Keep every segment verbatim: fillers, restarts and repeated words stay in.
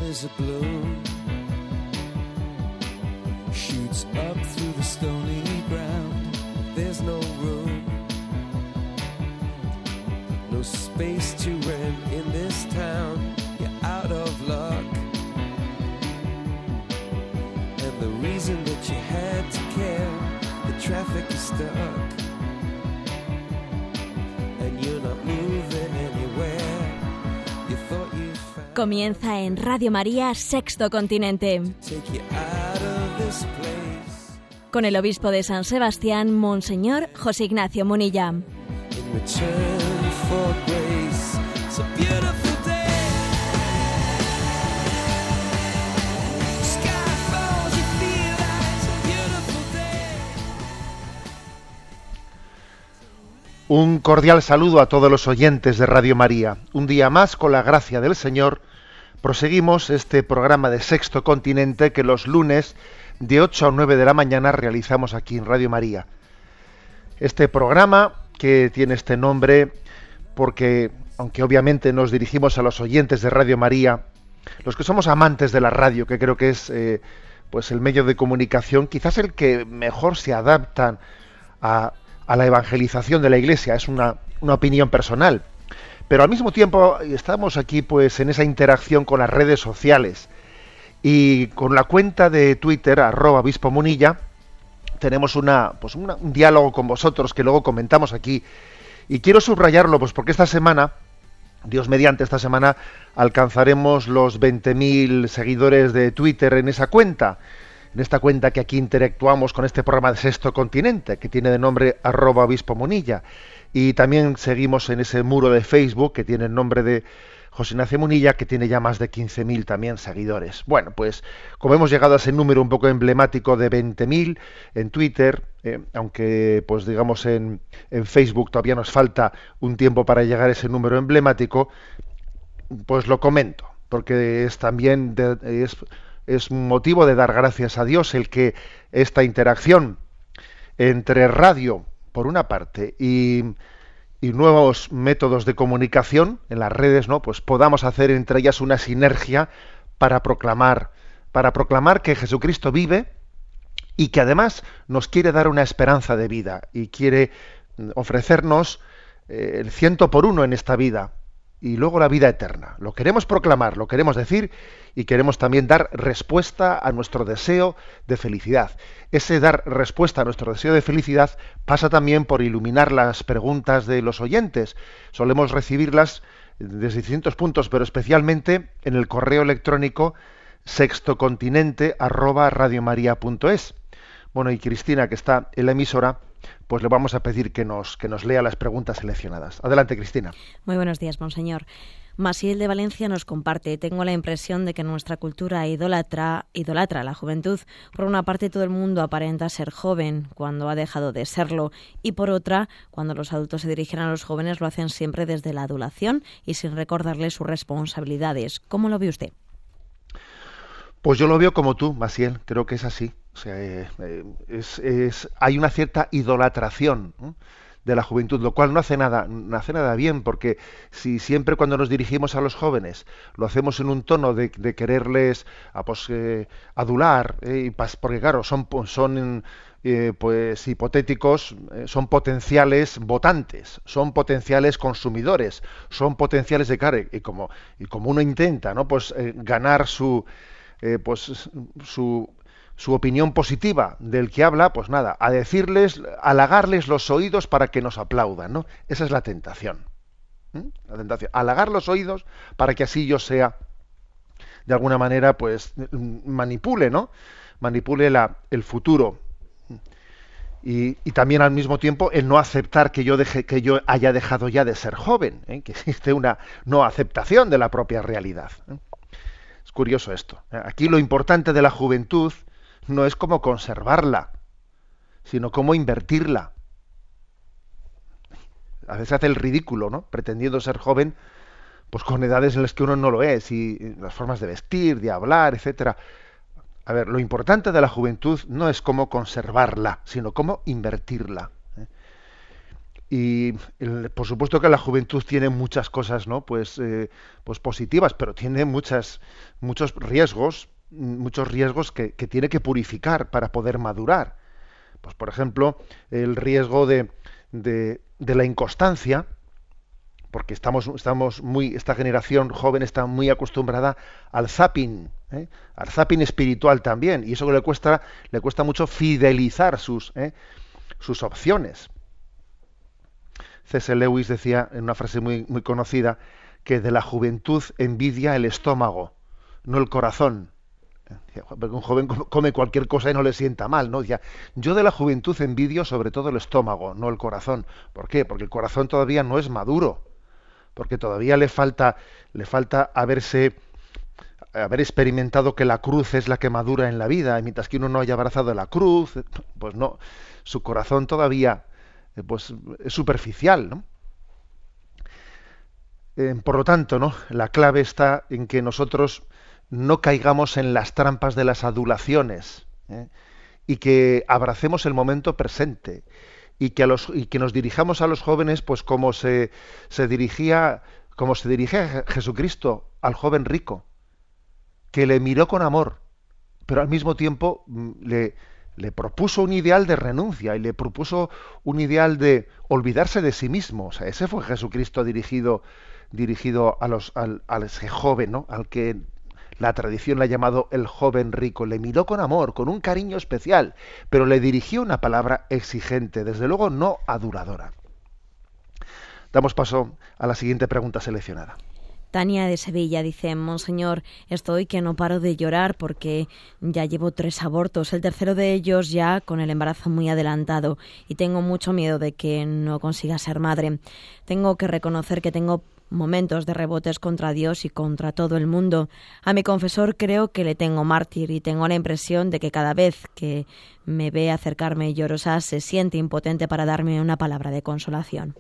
is a bloom, shoots up through the stony ground. There's no room, no space to rent in this town. You're out of luck, and the reason that you had to care, the traffic is stuck, and you're not moving anywhere. You thought you found. Comienza en Radio María Sexto Continente, Take you out of this place. con el obispo de San Sebastián, Monseñor José Ignacio Munilla. In return for grace, it's a beautiful day. Sky falls, you feel like it's a beautiful day. Un cordial saludo a todos los oyentes de Radio María. Un día más, con la gracia del Señor, proseguimos este programa de Sexto Continente que los lunes de ocho a nueve de la mañana realizamos aquí en Radio María. Este programa que tiene este nombre porque, aunque obviamente nos dirigimos a los oyentes de Radio María, los que somos amantes de la radio, que creo que es eh, pues el medio de comunicación, quizás el que mejor se adaptan a, a la evangelización de la Iglesia, es una, una opinión personal. Pero al mismo tiempo estamos aquí pues en esa interacción con las redes sociales y con la cuenta de Twitter, arroba obispo Munilla, tenemos una, pues una, un diálogo con vosotros que luego comentamos aquí. Y quiero subrayarlo pues porque esta semana, Dios mediante, esta semana alcanzaremos los veinte mil seguidores de Twitter en esa cuenta, en esta cuenta que aquí interactuamos con este programa de Sexto Continente, que tiene de nombre arroba obispo Munilla. Y también seguimos en ese muro de Facebook que tiene el nombre de José Ignacio Munilla, que tiene ya más de quince mil también seguidores. Bueno, pues como hemos llegado a ese número un poco emblemático de veinte mil en Twitter, eh, aunque pues digamos en, en Facebook todavía nos falta un tiempo para llegar a ese número emblemático, pues lo comento, porque es también de, es, es un motivo de dar gracias a Dios el que esta interacción entre radio, por una parte, y y nuevos métodos de comunicación en las redes, ¿no? Pues podamos hacer entre ellas una sinergia para proclamar, para proclamar que Jesucristo vive y que además nos quiere dar una esperanza de vida y quiere ofrecernos eh, el ciento por uno en esta vida y luego la vida eterna. Lo queremos proclamar, lo queremos decir y queremos también dar respuesta a nuestro deseo de felicidad. Ese dar respuesta a nuestro deseo de felicidad pasa también por iluminar las preguntas de los oyentes. Solemos recibirlas desde distintos puntos, pero especialmente en el correo electrónico sextocontinente arroba radiomaria.es. Bueno, y Cristina, que está en la emisora, pues le vamos a pedir que nos, que nos lea las preguntas seleccionadas. Adelante, Cristina. Muy buenos días, monseñor. Masiel de Valencia nos comparte: tengo la impresión de que nuestra cultura idolatra, idolatra a la juventud. Por una parte, todo el mundo aparenta ser joven cuando ha dejado de serlo, y por otra, cuando los adultos se dirigen a los jóvenes, lo hacen siempre desde la adulación y sin recordarles sus responsabilidades. ¿Cómo lo ve usted? Pues yo lo veo como tú, Masiel, creo que es así. O sea, eh, eh, es, es, hay una cierta idolatración, ¿no?, de la juventud, lo cual no hace nada, no hace nada bien, porque si siempre cuando nos dirigimos a los jóvenes lo hacemos en un tono de, de quererles a, pues, eh, adular, eh, y pas, porque claro, son, son eh, pues hipotéticos, eh, son potenciales votantes, son potenciales consumidores, son potenciales de cara, y como, y como uno intenta, ¿no?, pues eh, ganar su, eh, pues, su su opinión positiva del que habla, pues nada, a decirles, a halagarles los oídos para que nos aplaudan, ¿no? Esa es la tentación. ¿Mm? La tentación. Halagar los oídos para que así yo sea, de alguna manera, pues manipule, ¿no? Manipule la, el futuro. Y, y también al mismo tiempo el no aceptar que yo deje, que yo haya dejado ya de ser joven, ¿eh? Que existe una no aceptación de la propia realidad, ¿eh? Es curioso esto. Aquí lo importante de la juventud no es cómo conservarla, sino cómo invertirla. A veces hace el ridículo, ¿no?, pretendiendo ser joven, pues con edades en las que uno no lo es, y las formas de vestir, de hablar, etcétera. A ver, lo importante de la juventud no es cómo conservarla, sino cómo invertirla. Y el- por supuesto que la juventud tiene muchas cosas, ¿no? Pues, eh, pues positivas, pero tiene muchas, muchos riesgos, mm, muchos riesgos que, que tiene que purificar para poder madurar. Pues por ejemplo, el riesgo de, de, de la inconstancia, porque estamos, estamos muy, esta generación joven está muy acostumbrada al zapping, ¿eh? Al zapping espiritual también, y eso que le cuesta, le cuesta mucho fidelizar sus, ¿eh? sus opciones. C S. Lewis decía en una frase muy, muy conocida que de la juventud envidia el estómago, no el corazón. Decía, porque un joven come cualquier cosa y no le sienta mal, ¿no? Decía, yo de la juventud envidio sobre todo el estómago, no el corazón. ¿Por qué? Porque el corazón todavía no es maduro, porque todavía le falta, le falta haberse haber experimentado que la cruz es la que madura en la vida, y mientras que uno no haya abrazado la cruz, pues no, su corazón todavía eh, pues es superficial, ¿no? Eh, por lo tanto, ¿no? La clave está en que nosotros no caigamos en las trampas de las adulaciones, ¿eh? Y que abracemos el momento presente y que a los y que nos dirijamos a los jóvenes, pues como se, se dirigía, como se dirige Jesucristo al joven rico, que le miró con amor, pero al mismo tiempo mm, le, le propuso un ideal de renuncia y le propuso un ideal de olvidarse de sí mismo. O sea, ese fue Jesucristo dirigido, dirigido a los, al, a ese joven, ¿no? Al que la tradición le ha llamado el joven rico. Le miró con amor, con un cariño especial, pero le dirigió una palabra exigente, desde luego no aduladora. Damos paso a la siguiente pregunta seleccionada. Tania de Sevilla dice: Monseñor, estoy que no paro de llorar porque ya llevo tres abortos, el tercero de ellos ya con el embarazo muy adelantado, y tengo mucho miedo de que no consiga ser madre. Tengo que reconocer que tengo momentos de rebotes contra Dios y contra todo el mundo. A mi confesor creo que le tengo mártir y tengo la impresión de que cada vez que me ve acercarme llorosa se siente impotente para darme una palabra de consolación.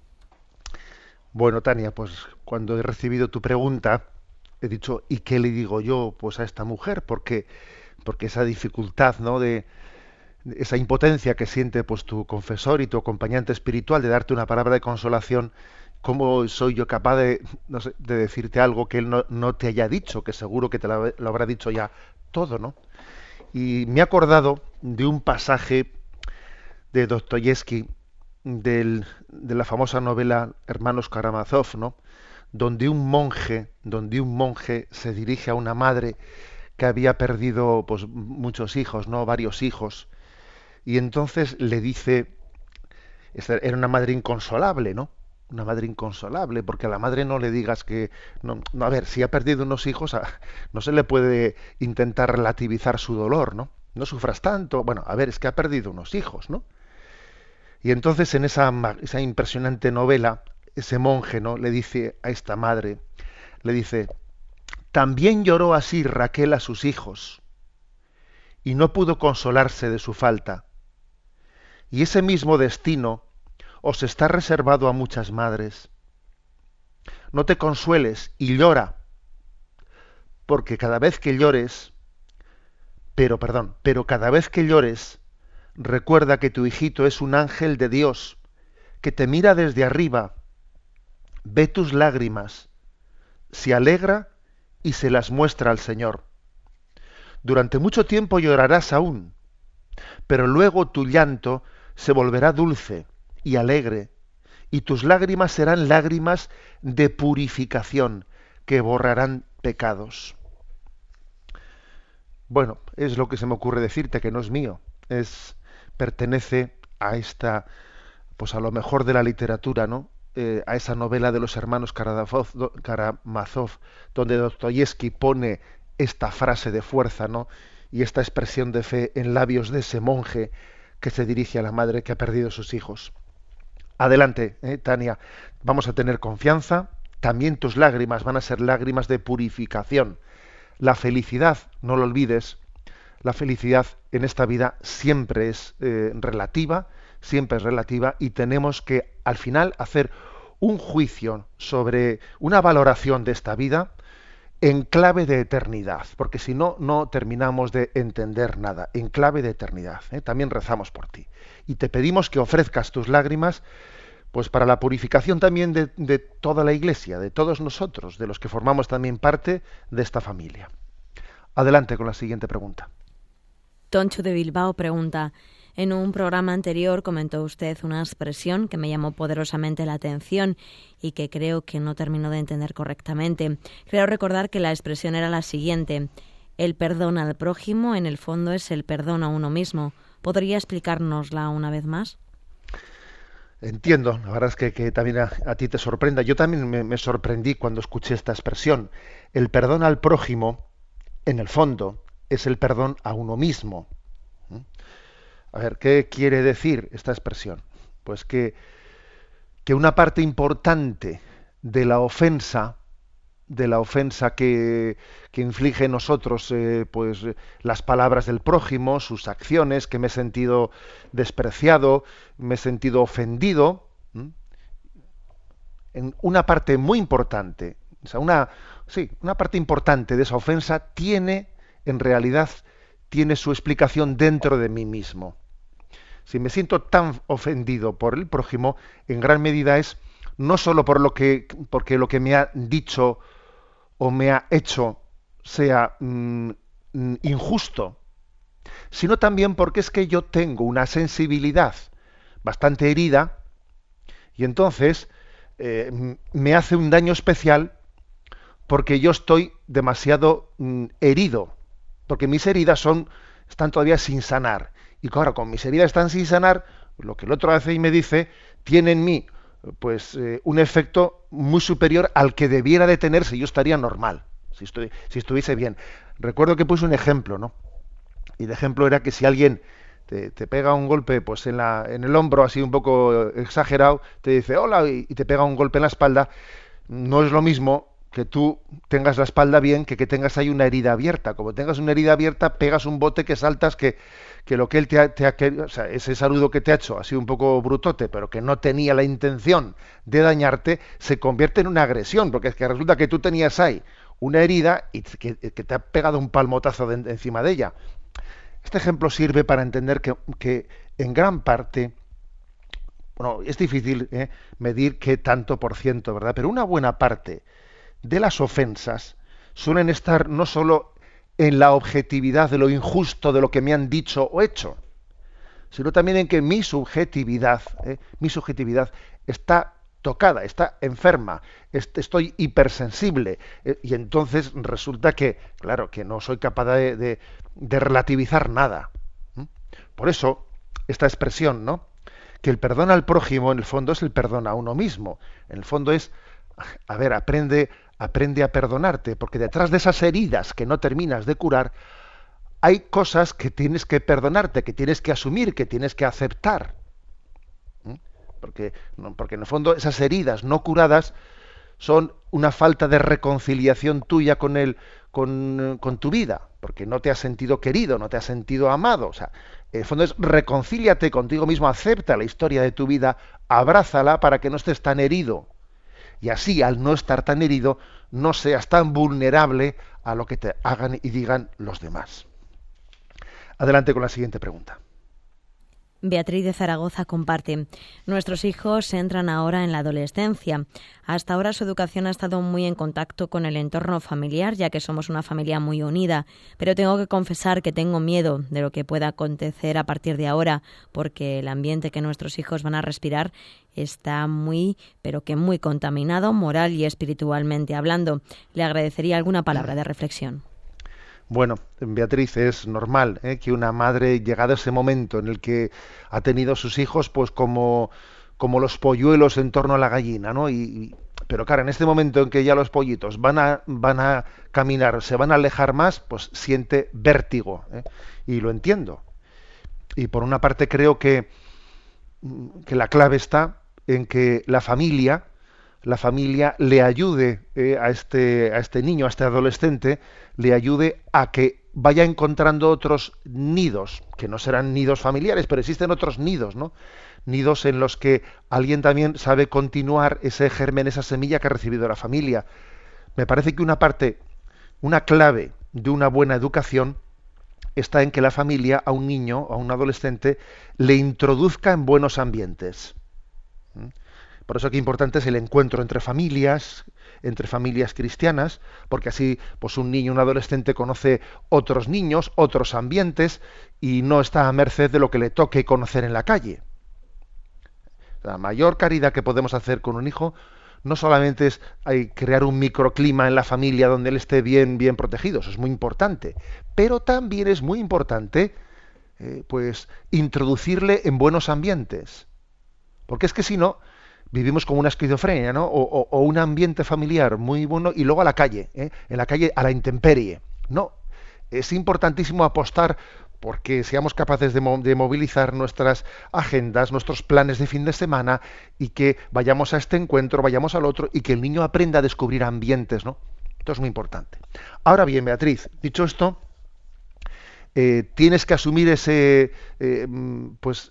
Bueno, Tania, pues cuando he recibido tu pregunta, he dicho, ¿y qué le digo yo pues a esta mujer? Porque, porque esa dificultad, ¿no? de, de esa impotencia que siente pues tu confesor y tu acompañante espiritual de darte una palabra de consolación, ¿cómo soy yo capaz de, no sé, de decirte algo que él no, no te haya dicho? Que seguro que te lo, lo habrá dicho ya todo, ¿no? Y me he acordado de un pasaje de Dostoyevsky, del, de la famosa novela Hermanos Karamazov, ¿no? Donde un monje, donde un monje se dirige a una madre que había perdido pues muchos hijos, ¿no? Varios hijos, y entonces le dice, esta era una madre inconsolable, ¿no? Una madre inconsolable, porque a la madre no le digas que, no, no, a ver, si ha perdido unos hijos, a, no se le puede intentar relativizar su dolor, ¿no? No sufras tanto, bueno, a ver, es que ha perdido unos hijos, ¿no? Y entonces en esa, esa impresionante novela, ese monje, ¿no? Le dice a esta madre, le dice, también lloró así Raquel a sus hijos, y no pudo consolarse de su falta. Y ese mismo destino os está reservado a muchas madres. No te consueles y llora, porque cada vez que llores, pero perdón, pero cada vez que llores, recuerda que tu hijito es un ángel de Dios, que te mira desde arriba, ve tus lágrimas, se alegra y se las muestra al Señor. Durante mucho tiempo llorarás aún, pero luego tu llanto se volverá dulce y alegre, y tus lágrimas serán lágrimas de purificación que borrarán pecados. Bueno, es lo que se me ocurre decirte, que no es mío, es pertenece a esta, pues a lo mejor de la literatura, ¿no? Eh, a esa novela de los hermanos Karamazov, Karamazov, donde Dostoyevsky pone esta frase de fuerza, ¿no? Y esta expresión de fe en labios de ese monje que se dirige a la madre que ha perdido sus hijos. Adelante, eh, Tania, vamos a tener confianza. También tus lágrimas van a ser lágrimas de purificación. La felicidad, no lo olvides, la felicidad en esta vida siempre es eh, relativa, siempre es relativa, y tenemos que al final hacer un juicio sobre una valoración de esta vida en clave de eternidad, porque si no, no terminamos de entender nada, en clave de eternidad. ¿eh? También rezamos por ti. Y te pedimos que ofrezcas tus lágrimas pues para la purificación también de, de toda la Iglesia, de todos nosotros, de los que formamos también parte de esta familia. Adelante con la siguiente pregunta. Toncho de Bilbao pregunta: en un programa anterior comentó usted una expresión que me llamó poderosamente la atención y que creo que no terminó de entender correctamente. Creo recordar que la expresión era la siguiente: el perdón al prójimo en el fondo es el perdón a uno mismo. ¿Podría explicárnosla una vez más? Entiendo, la verdad es que, que también a, a ti te sorprenda. Yo también me, me sorprendí cuando escuché esta expresión. El perdón al prójimo, en el fondo, es el perdón a uno mismo. ¿Mm? A ver, ¿qué quiere decir esta expresión? Pues que, que una parte importante de la ofensa, de la ofensa que, que inflige en nosotros eh, pues, las palabras del prójimo, sus acciones, que me he sentido despreciado, me he sentido ofendido, ¿m? En una parte muy importante, o sea, una, sí, una parte importante de esa ofensa tiene, en realidad, tiene su explicación dentro de mí mismo. Si me siento tan ofendido por el prójimo, en gran medida es no solo por lo que, porque lo que me ha dicho o me ha hecho sea mm, injusto, sino también porque es que yo tengo una sensibilidad bastante herida y entonces eh, me hace un daño especial porque yo estoy demasiado mm, herido, porque mis heridas son, están todavía sin sanar. Y claro, con mis heridas están sin sanar, lo que el otro hace y me dice tiene en mí pues eh, un efecto muy superior al que debiera de tener si yo estaría normal, si, estoy, si estuviese bien. Recuerdo que puse un ejemplo, ¿no? Y el ejemplo era que si alguien te, te pega un golpe pues en, la, en el hombro así un poco exagerado, te dice hola y, y te pega un golpe en la espalda, no es lo mismo que tú tengas la espalda bien que que tengas ahí una herida abierta. Como tengas una herida abierta, pegas un bote que saltas que, que lo que él te ha, te ha querido, o sea, ese saludo que te ha hecho ha sido un poco brutote, pero que no tenía la intención de dañarte, se convierte en una agresión, porque es que resulta que tú tenías ahí una herida y que, que te ha pegado un palmotazo de, de encima de ella. Este ejemplo sirve para entender que, que en gran parte, bueno, es difícil ¿eh? medir qué tanto por ciento, ¿verdad? Pero una buena parte de las ofensas suelen estar no solo en la objetividad de lo injusto de lo que me han dicho o hecho, sino también en que mi subjetividad, ¿eh? mi subjetividad está tocada, está enferma, est- estoy hipersensible, eh, y entonces resulta que, claro, que no soy capaz de, de, de relativizar nada. ¿Mm? Por eso, esta expresión, ¿no? Que el perdón al prójimo, en el fondo, es el perdón a uno mismo. En el fondo es, a ver, aprende, aprende a perdonarte, porque detrás de esas heridas que no terminas de curar, hay cosas que tienes que perdonarte, que tienes que asumir, que tienes que aceptar. ¿Mm? Porque, no, porque en el fondo esas heridas no curadas son una falta de reconciliación tuya con el, con, con tu vida, porque no te has sentido querido, no te has sentido amado. O sea, en el fondo es reconcíliate contigo mismo, acepta la historia de tu vida, abrázala para que no estés tan herido. Y así, al no estar tan herido, no seas tan vulnerable a lo que te hagan y digan los demás. Adelante con la siguiente pregunta. Beatriz de Zaragoza comparte: nuestros hijos entran ahora en la adolescencia. Hasta ahora su educación ha estado muy en contacto con el entorno familiar, ya que somos una familia muy unida, pero tengo que confesar que tengo miedo de lo que pueda acontecer a partir de ahora, porque el ambiente que nuestros hijos van a respirar está muy, pero que muy contaminado moral y espiritualmente hablando. Le agradecería alguna palabra de reflexión. Bueno, Beatriz, es normal ¿eh? que una madre, llegado ese momento en el que ha tenido sus hijos, pues como, como los polluelos en torno a la gallina, ¿no? Y, y, pero claro, en este momento en que ya los pollitos van a, van a caminar, se van a alejar más, pues siente vértigo, ¿eh? Y lo entiendo. Y por una parte creo que, que la clave está en que la familia, la familia le ayude eh, a este a este niño, a este adolescente, le ayude a que vaya encontrando otros nidos, que no serán nidos familiares, pero existen otros nidos, ¿no? Nidos en los que alguien también sabe continuar ese germen, esa semilla que ha recibido la familia. Me parece que una parte, una clave de una buena educación está en que la familia a un niño, a un adolescente, le introduzca en buenos ambientes. ¿Mm? Por eso que importante es el encuentro entre familias, entre familias cristianas, porque así pues un niño, un adolescente conoce otros niños, otros ambientes y no está a merced de lo que le toque conocer en la calle. La mayor caridad que podemos hacer con un hijo no solamente es hay, crear un microclima en la familia donde él esté bien, bien protegido, eso es muy importante, pero también es muy importante eh, pues introducirle en buenos ambientes, porque es que si no vivimos como una esquizofrenia, ¿no? O, o, o un ambiente familiar muy bueno y luego a la calle, ¿eh? En la calle a la intemperie. No, es importantísimo apostar porque seamos capaces de, mo de movilizar nuestras agendas, nuestros planes de fin de semana y que vayamos a este encuentro, vayamos al otro y que el niño aprenda a descubrir ambientes, ¿no? Esto es muy importante. Ahora bien, Beatriz, dicho esto, eh, tienes que asumir ese, eh, pues,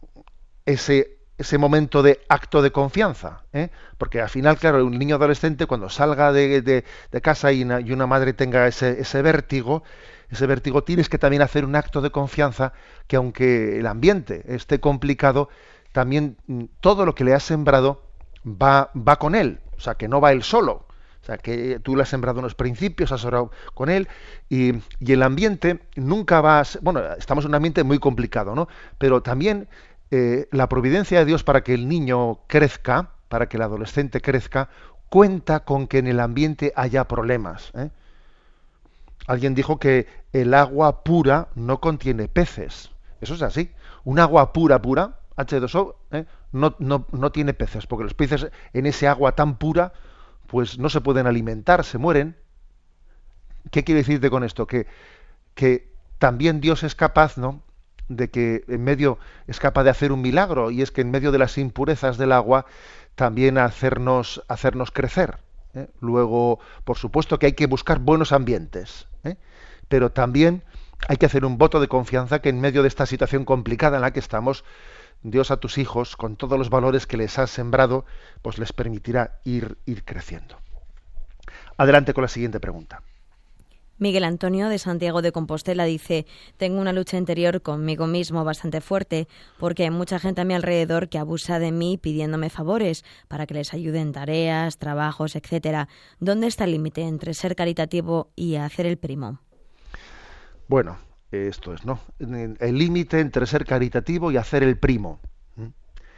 ese ese momento de acto de confianza, ¿eh? Porque al final, claro, un niño adolescente cuando salga de, de, de casa y una, y una madre tenga ese, ese vértigo, ese vértigo tienes que también hacer un acto de confianza que aunque el ambiente esté complicado, también mm, todo lo que le has sembrado va, va con él, o sea, que no va él solo. O sea, que tú le has sembrado unos principios, has orado con él y, y el ambiente nunca va a ser, bueno, estamos en un ambiente muy complicado, ¿no? Pero también Eh, la providencia de Dios para que el niño crezca, para que el adolescente crezca, cuenta con que en el ambiente haya problemas. ¿eh? Alguien dijo que el agua pura no contiene peces. Eso es así. Un agua pura, pura, hache dos o, ¿eh? no, no, no tiene peces, porque los peces en ese agua tan pura, pues no se pueden alimentar, se mueren. ¿Qué quiere decirte con esto? Que, que también Dios es capaz, ¿no?, de que en medio es capaz de hacer un milagro, y es que en medio de las impurezas del agua también hacernos hacernos crecer. ¿eh? Luego, por supuesto que hay que buscar buenos ambientes, ¿eh? pero también hay que hacer un voto de confianza que en medio de esta situación complicada en la que estamos, Dios a tus hijos, con todos los valores que les has sembrado, pues les permitirá ir, ir creciendo. Adelante con la siguiente pregunta. Miguel Antonio de Santiago de Compostela dice: tengo una lucha interior conmigo mismo bastante fuerte porque hay mucha gente a mi alrededor que abusa de mí pidiéndome favores para que les ayude en tareas, trabajos, etcétera. ¿Dónde está el límite entre ser caritativo y hacer el primo? Bueno, esto es, ¿no? El límite entre ser caritativo y hacer el primo. ¿Mm?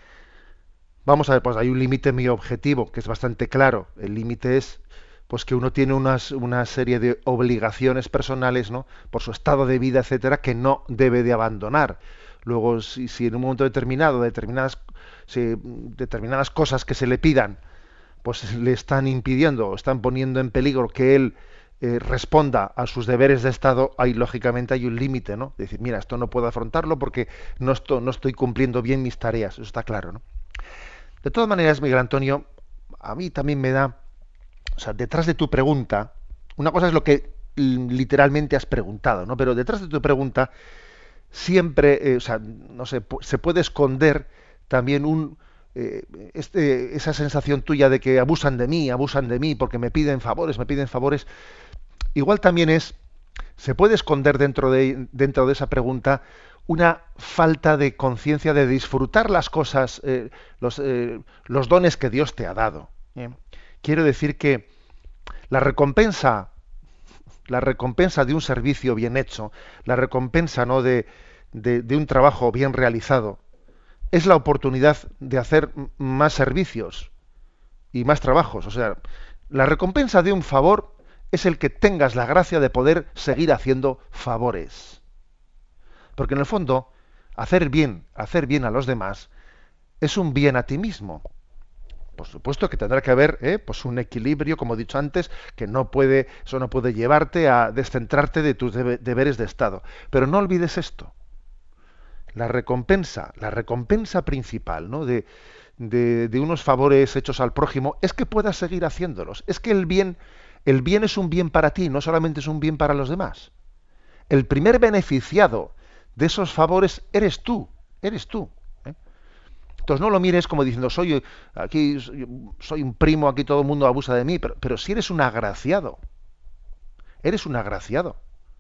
Vamos a ver, pues hay un límite muy objetivo que es bastante claro. El límite es pues que uno tiene unas, una serie de obligaciones personales, ¿no?, por su estado de vida, etcétera, que no debe de abandonar. Luego, si, si en un momento determinado, determinadas, si, determinadas cosas que se le pidan, pues le están impidiendo o están poniendo en peligro que él eh, responda a sus deberes de Estado, ahí lógicamente hay un límite, ¿no? De decir, mira, esto no puedo afrontarlo porque no estoy, no estoy cumpliendo bien mis tareas, eso está claro, ¿no? De todas maneras, Miguel Antonio, a mí también me da... O sea, detrás de tu pregunta, una cosa es lo que literalmente has preguntado, ¿no? Pero detrás de tu pregunta siempre, eh, o sea, no sé, se puede esconder también un eh, este, esa sensación tuya de que abusan de mí, abusan de mí porque me piden favores, me piden favores. Igual también es, se puede esconder dentro de dentro de esa pregunta una falta de conciencia de disfrutar las cosas, eh, los eh, los dones que Dios te ha dado. ¿eh? Quiero decir que la recompensa, la recompensa de un servicio bien hecho, la recompensa, ¿no?, de, de, de un trabajo bien realizado, es la oportunidad de hacer más servicios y más trabajos. O sea, la recompensa de un favor es el que tengas la gracia de poder seguir haciendo favores. Porque en el fondo, hacer bien, hacer bien a los demás, es un bien a ti mismo. Por supuesto que tendrá que haber ¿eh? pues un equilibrio, como he dicho antes, que no puede, eso no puede llevarte a descentrarte de tus debe, deberes de Estado. Pero no olvides esto. La recompensa, la recompensa principal, ¿no?, de, de, de unos favores hechos al prójimo es que puedas seguir haciéndolos. Es que el bien, el bien es un bien para ti, no solamente es un bien para los demás. El primer beneficiado de esos favores eres tú, eres tú. Entonces no lo mires como diciendo, soy aquí soy un primo, aquí todo el mundo abusa de mí, pero, pero si eres un agraciado, eres un agraciado.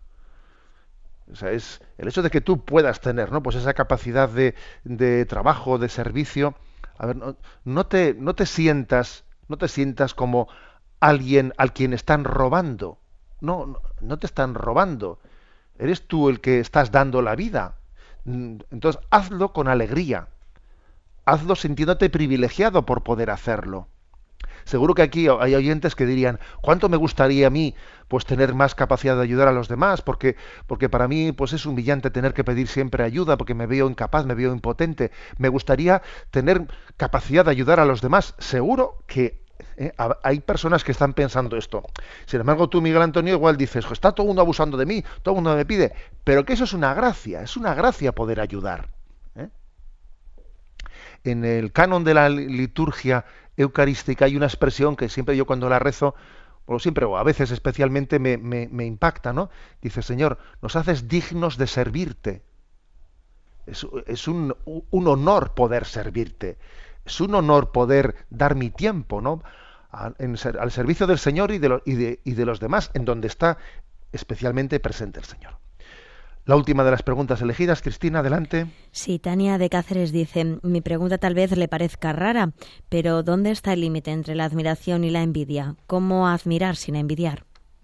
O sea, es el hecho de que tú puedas tener, ¿no?, pues esa capacidad de, de trabajo, de servicio, A ver, no, no te, no te sientas, no te sientas como alguien al quien están robando. No, no, no te están robando. Eres tú el que estás dando la vida. Mm, Entonces, hazlo con alegría. Hazlo sintiéndote privilegiado por poder hacerlo. Seguro que aquí hay oyentes que dirían, ¿cuánto me gustaría a mí pues tener más capacidad de ayudar a los demás? Porque, porque para mí pues es humillante tener que pedir siempre ayuda, porque me veo incapaz, me veo impotente. Me gustaría tener capacidad de ayudar a los demás. Seguro que eh, ha- hay personas que están pensando esto. Sin embargo, tú, Miguel Antonio, igual dices, "Jo, está todo el mundo abusando de mí, todo el mundo me pide", pero que eso es una gracia, es una gracia poder ayudar. ¿eh? En el canon de la liturgia eucarística hay una expresión que siempre yo cuando la rezo, o siempre o a veces especialmente me, me- me impacta, ¿no? Dice, Señor, nos haces dignos de servirte. Es, es un, un honor poder servirte. Es un honor poder dar mi tiempo, ¿no? A- en ser- al servicio del Señor y de, lo- y de- y de los demás, en donde está especialmente presente el Señor. La última de las preguntas elegidas, Cristina, adelante. Sí, Tania de Cáceres dice, mi pregunta tal vez le parezca rara, pero ¿dónde está el límite entre la admiración y la envidia? ¿Cómo admirar sin envidiar?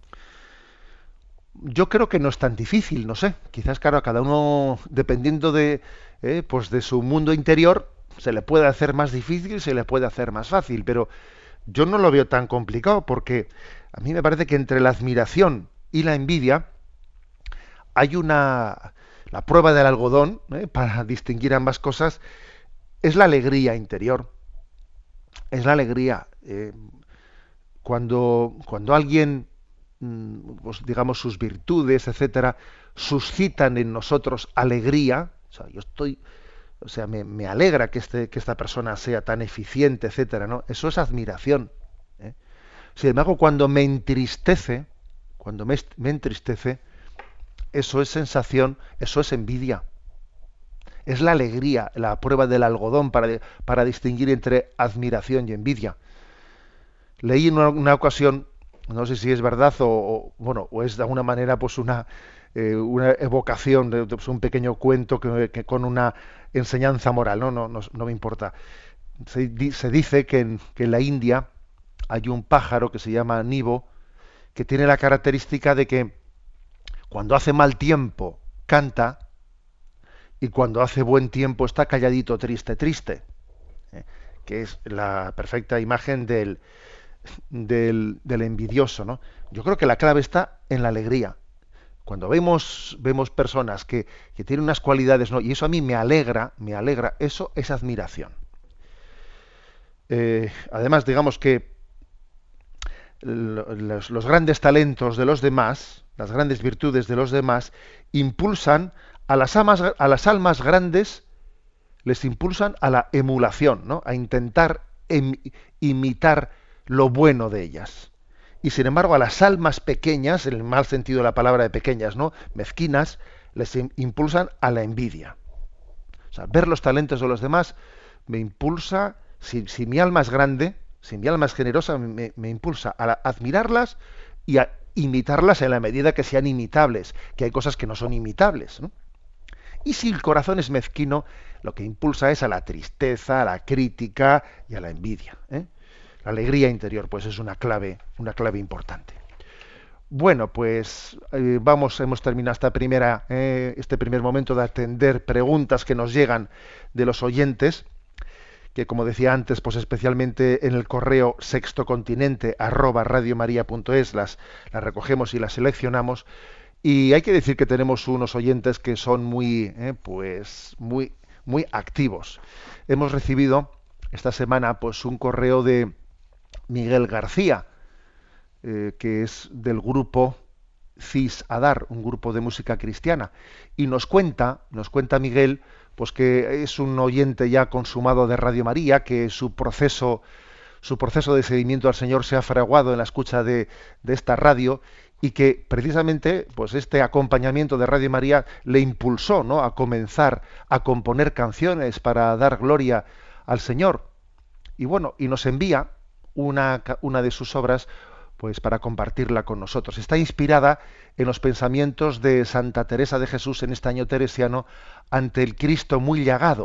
Yo creo que no es tan difícil, no sé. Quizás, claro, a cada uno, dependiendo de, eh, pues de su mundo interior, se le puede hacer más difícil, se le puede hacer más fácil, pero yo no lo veo tan complicado porque a mí me parece que entre la admiración y la envidia hay una... La prueba del algodón, ¿eh? Para distinguir ambas cosas, es la alegría interior. Es la alegría. eh, cuando, cuando alguien, mm, pues, digamos, sus virtudes, etcétera, suscitan en nosotros alegría, o sea, yo estoy, o sea, me, me alegra que, este, que esta persona sea tan eficiente, etcétera, ¿no? Eso es admiración. ¿eh? Sin embargo, cuando me entristece, cuando me, est- me entristece, eso es sensación, eso es envidia. Es la alegría, la prueba del algodón para, para distinguir entre admiración y envidia. Leí en una, una ocasión, no sé si es verdad o, o, bueno, o es de alguna manera pues una, eh, una evocación de, de, pues, un pequeño cuento que, que con una enseñanza moral, no, no, no, no me importa. Se, di- se dice que en, que en la India hay un pájaro que se llama nibo que tiene la característica de que cuando hace mal tiempo canta y cuando hace buen tiempo está calladito, triste, triste, ¿eh? Que es la perfecta imagen del, del, del envidioso, ¿no? Yo creo que la clave está en la alegría. Cuando vemos, vemos personas que, que tienen unas cualidades, ¿no? Y eso a mí me alegra, me alegra, eso es admiración. Eh, además, digamos que lo- los, los grandes talentos de los demás, las grandes virtudes de los demás, impulsan a las almas, a las almas grandes, les impulsan a la emulación, ¿no? A intentar em- imitar lo bueno de ellas. Y sin embargo, a las almas pequeñas, en el mal sentido de la palabra de pequeñas, ¿no? Mezquinas, les im- impulsan a la envidia. O sea, ver los talentos de los demás me impulsa, si, si mi alma es grande, si mi alma es generosa, me, me impulsa a, la- admirarlas y a imitarlas en la medida que sean imitables, que hay cosas que no son imitables, ¿no? Y si el corazón es mezquino, lo que impulsa es a la tristeza, a la crítica y a la envidia, ¿eh? La alegría interior, pues es una clave, una clave importante. Bueno, pues eh, vamos, hemos terminado esta primera, eh, este primer momento de atender preguntas que nos llegan de los oyentes, que como decía antes, pues especialmente en el correo sextocontinente arroba radiomaria.es las, las recogemos y las seleccionamos. Y hay que decir que tenemos unos oyentes que son muy, eh, pues, muy, muy activos. Hemos recibido esta semana, pues, un correo de Miguel García, eh, que es del grupo Cis Adar, un grupo de música cristiana, y nos cuenta, nos cuenta Miguel, pues que es un oyente ya consumado de Radio María, que su proceso, su proceso de seguimiento al Señor se ha fraguado en la escucha de, de esta radio y que precisamente pues este acompañamiento de Radio María le impulsó, ¿no?, a comenzar a componer canciones para dar gloria al Señor. Y bueno, y nos envía una, ca- una de sus obras pues para compartirla con nosotros. Está inspirada en los pensamientos de Santa Teresa de Jesús en este año teresiano ante el Cristo muy llagado.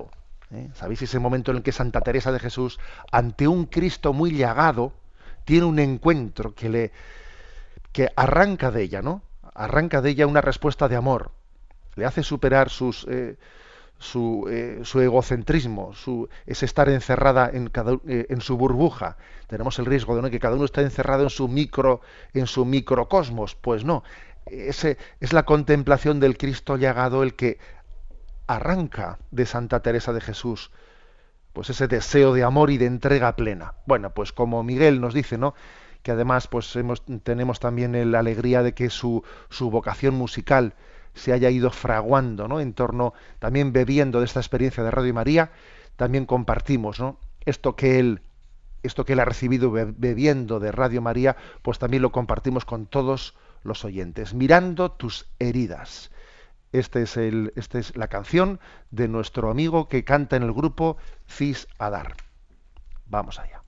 ¿eh? ¿Sabéis ese momento en el que Santa Teresa de Jesús, ante un Cristo muy llagado, tiene un encuentro que le que arranca de ella, ¿no? Arranca de ella una respuesta de amor, le hace superar sus eh, su, eh, su egocentrismo, su, ese estar encerrada en, cada, eh, en su burbuja. Tenemos el riesgo de, ¿no?, que cada uno está encerrado en su micro, en su microcosmos. Pues no, ese es la contemplación del Cristo llagado el que arranca de Santa Teresa de Jesús pues ese deseo de amor y de entrega plena. Bueno, pues como Miguel nos dice, ¿no?, que además pues hemos, tenemos también la alegría de que su, su vocación musical se haya ido fraguando, ¿no?, en torno, también bebiendo de esta experiencia de Radio María, también compartimos, ¿no?, esto que él, esto que él ha recibido bebiendo de Radio María, pues también lo compartimos con todos los oyentes. Mirando tus heridas. Este es el, esta es la canción de nuestro amigo que canta en el grupo Cis Adar. Vamos allá.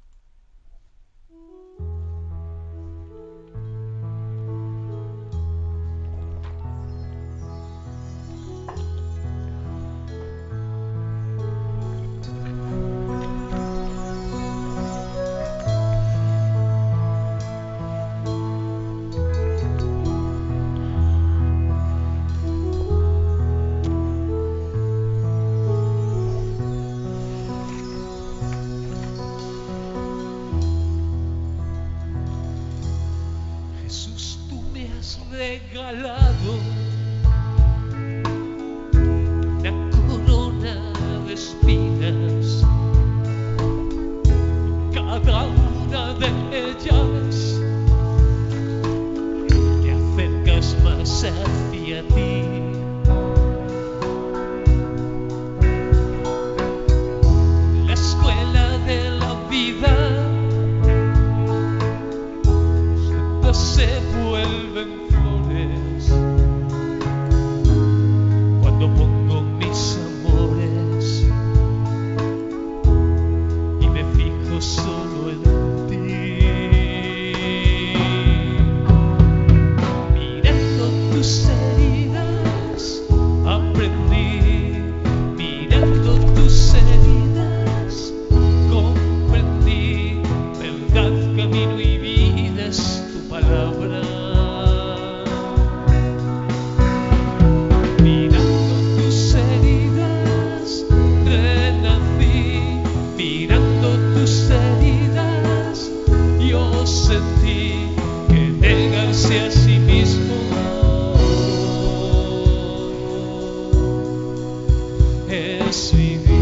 Regalado una corona de espinas, cada una de ellas te acercas más hacia ti. La escuela de la vida se vuelven cuando pongo mis amores y me fijo solo en ti. Mirando tus heridas aprendí, mirando tus heridas comprendí, verdad, camino y vida es tu palabra. A sí mismo es vivir.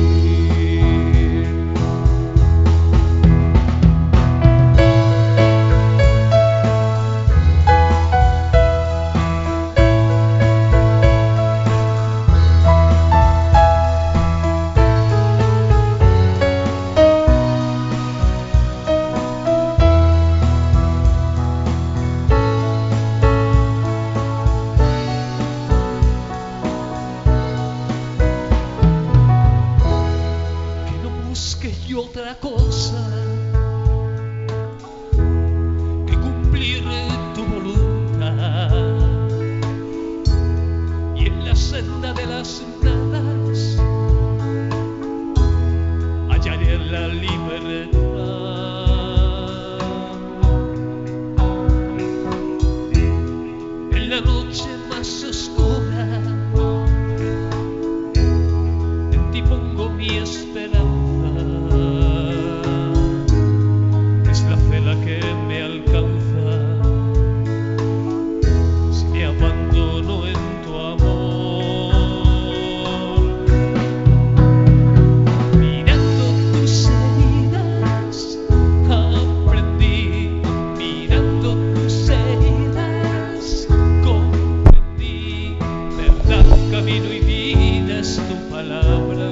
Otra cosa que cumplir tu voluntad y en la senda de las nadas hallaré la libertad. En la noche más oscura en ti pongo mi esperanza. Que me alcanza si me abandono en tu amor. Mirando tus heridas aprendí, mirando tus heridas comprendí, verdad, camino y vida es tu palabra.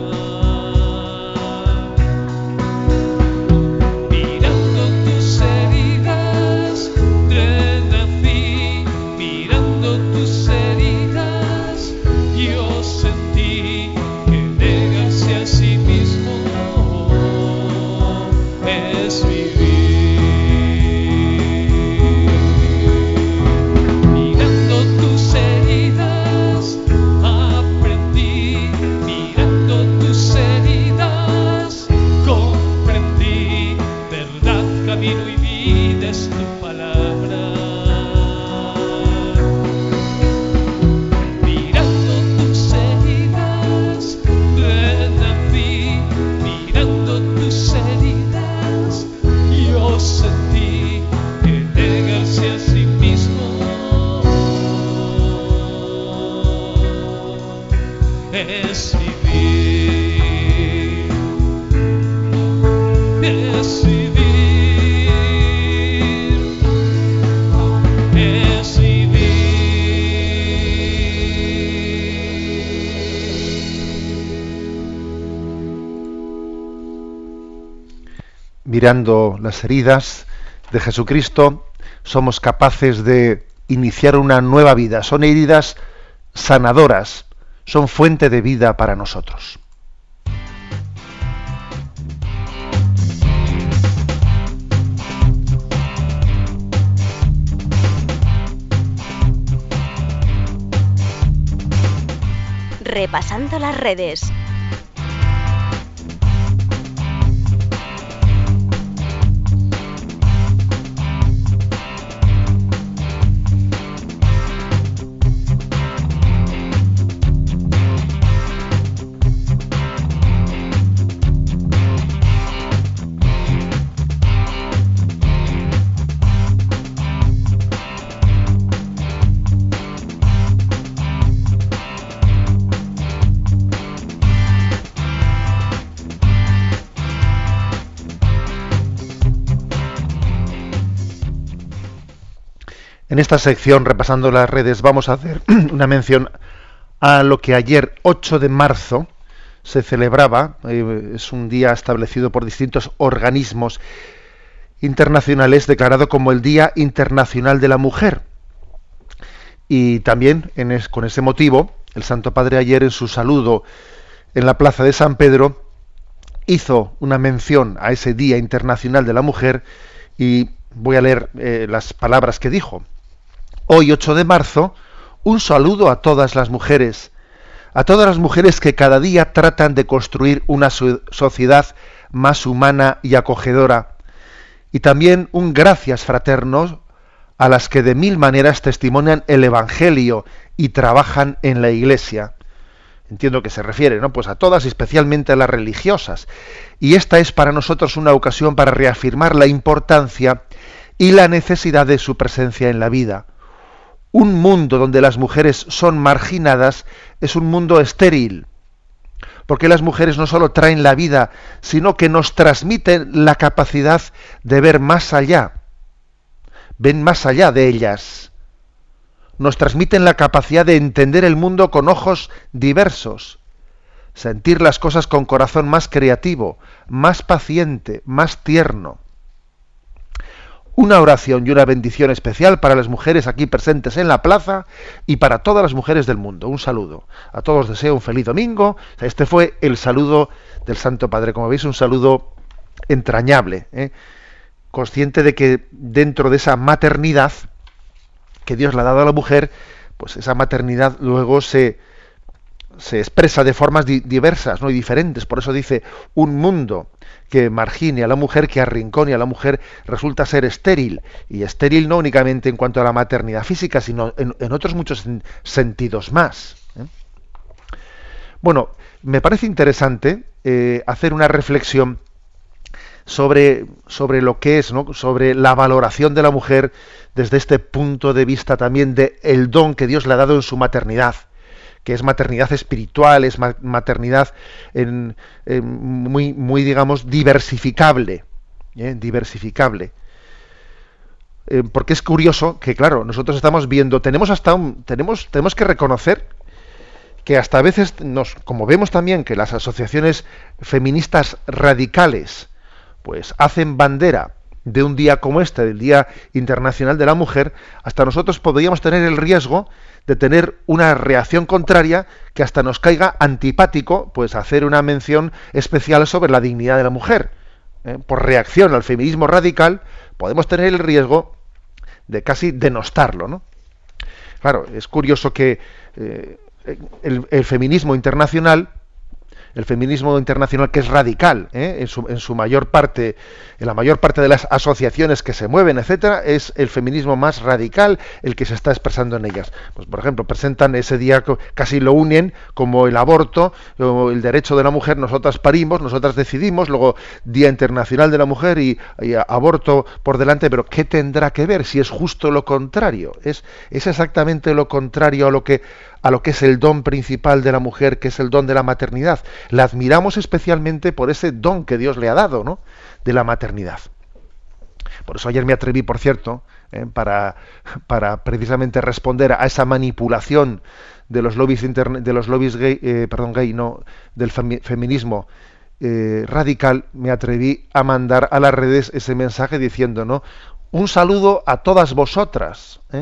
Mirando es vivir, es vivir, es vivir. Mirando las heridas de Jesucristo, somos capaces de iniciar una nueva vida. Son heridas sanadoras, son fuente de vida para nosotros. Repasando las redes. En esta sección, repasando las redes, vamos a hacer una mención a lo que ayer, ocho de marzo, se celebraba. Eh, es un día establecido por distintos organismos internacionales, declarado como el Día Internacional de la Mujer. Y también, en es, con ese motivo, el Santo Padre ayer, en su saludo en la Plaza de San Pedro, hizo una mención a ese Día Internacional de la Mujer, y voy a leer eh, las palabras que dijo. Hoy, ocho de marzo, un saludo a todas las mujeres, a todas las mujeres que cada día tratan de construir una so- sociedad más humana y acogedora, y también un gracias fraterno a las que de mil maneras testimonian el Evangelio y trabajan en la Iglesia. Entiendo que se refiere, ¿no?, pues a todas y especialmente a las religiosas. Y esta es para nosotros una ocasión para reafirmar la importancia y la necesidad de su presencia en la vida. Un mundo donde las mujeres son marginadas es un mundo estéril, porque las mujeres no solo traen la vida, sino que nos transmiten la capacidad de ver más allá, ven más allá de ellas. Nos transmiten la capacidad de entender el mundo con ojos diversos, sentir las cosas con corazón más creativo, más paciente, más tierno. Una oración y una bendición especial para las mujeres aquí presentes en la plaza y para todas las mujeres del mundo. Un saludo. A todos deseo un feliz domingo. Este fue el saludo del Santo Padre. Como veis, un saludo entrañable, ¿eh? Consciente de que dentro de esa maternidad que Dios le ha dado a la mujer, pues esa maternidad luego se, se expresa de formas di- diversas, ¿no?, y diferentes. Por eso dice, un mundo que margine a la mujer, que arrincone a la mujer, resulta ser estéril. Y estéril no únicamente en cuanto a la maternidad física, sino en, en otros muchos sentidos más, ¿eh? Bueno, me parece interesante eh, hacer una reflexión sobre, sobre lo que es, ¿no?, sobre la valoración de la mujer desde este punto de vista también de el don que Dios le ha dado en su maternidad, que es maternidad espiritual, es ma- maternidad en, en muy, muy, digamos, diversificable, ¿eh? diversificable. Eh, porque es curioso que, claro, nosotros estamos viendo, tenemos hasta un, tenemos, tenemos que reconocer que hasta a veces, nos, como vemos también que las asociaciones feministas radicales, pues hacen bandera de un día como este, del Día Internacional de la Mujer, hasta nosotros podríamos tener el riesgo de tener una reacción contraria que hasta nos caiga antipático, pues hacer una mención especial sobre la dignidad de la mujer. ¿Eh? Por reacción al feminismo radical, podemos tener el riesgo de casi denostarlo, ¿no? Claro, es curioso que eh, el, el feminismo internacional, el feminismo internacional que es radical, ¿eh? en, su, en su mayor parte, en la mayor parte de las asociaciones que se mueven, etcétera, es el feminismo más radical el que se está expresando en ellas. Pues, por ejemplo, presentan ese día, casi lo unen como el aborto, o el derecho de la mujer, nosotras parimos, nosotras decidimos, luego Día Internacional de la Mujer y, y aborto por delante, pero ¿qué tendrá que ver si es justo lo contrario? Es, es exactamente lo contrario a lo que a lo que es el don principal de la mujer, que es el don de la maternidad. La admiramos especialmente por ese don que Dios le ha dado, ¿no?, de la maternidad. Por eso ayer me atreví, por cierto, eh, para, para precisamente responder a esa manipulación de los lobbies interne- de los lobbies gay, eh, perdón, gay, no, del femi- feminismo eh, radical, me atreví a mandar a las redes ese mensaje diciendo, ¿no?, un saludo a todas vosotras, ¿eh?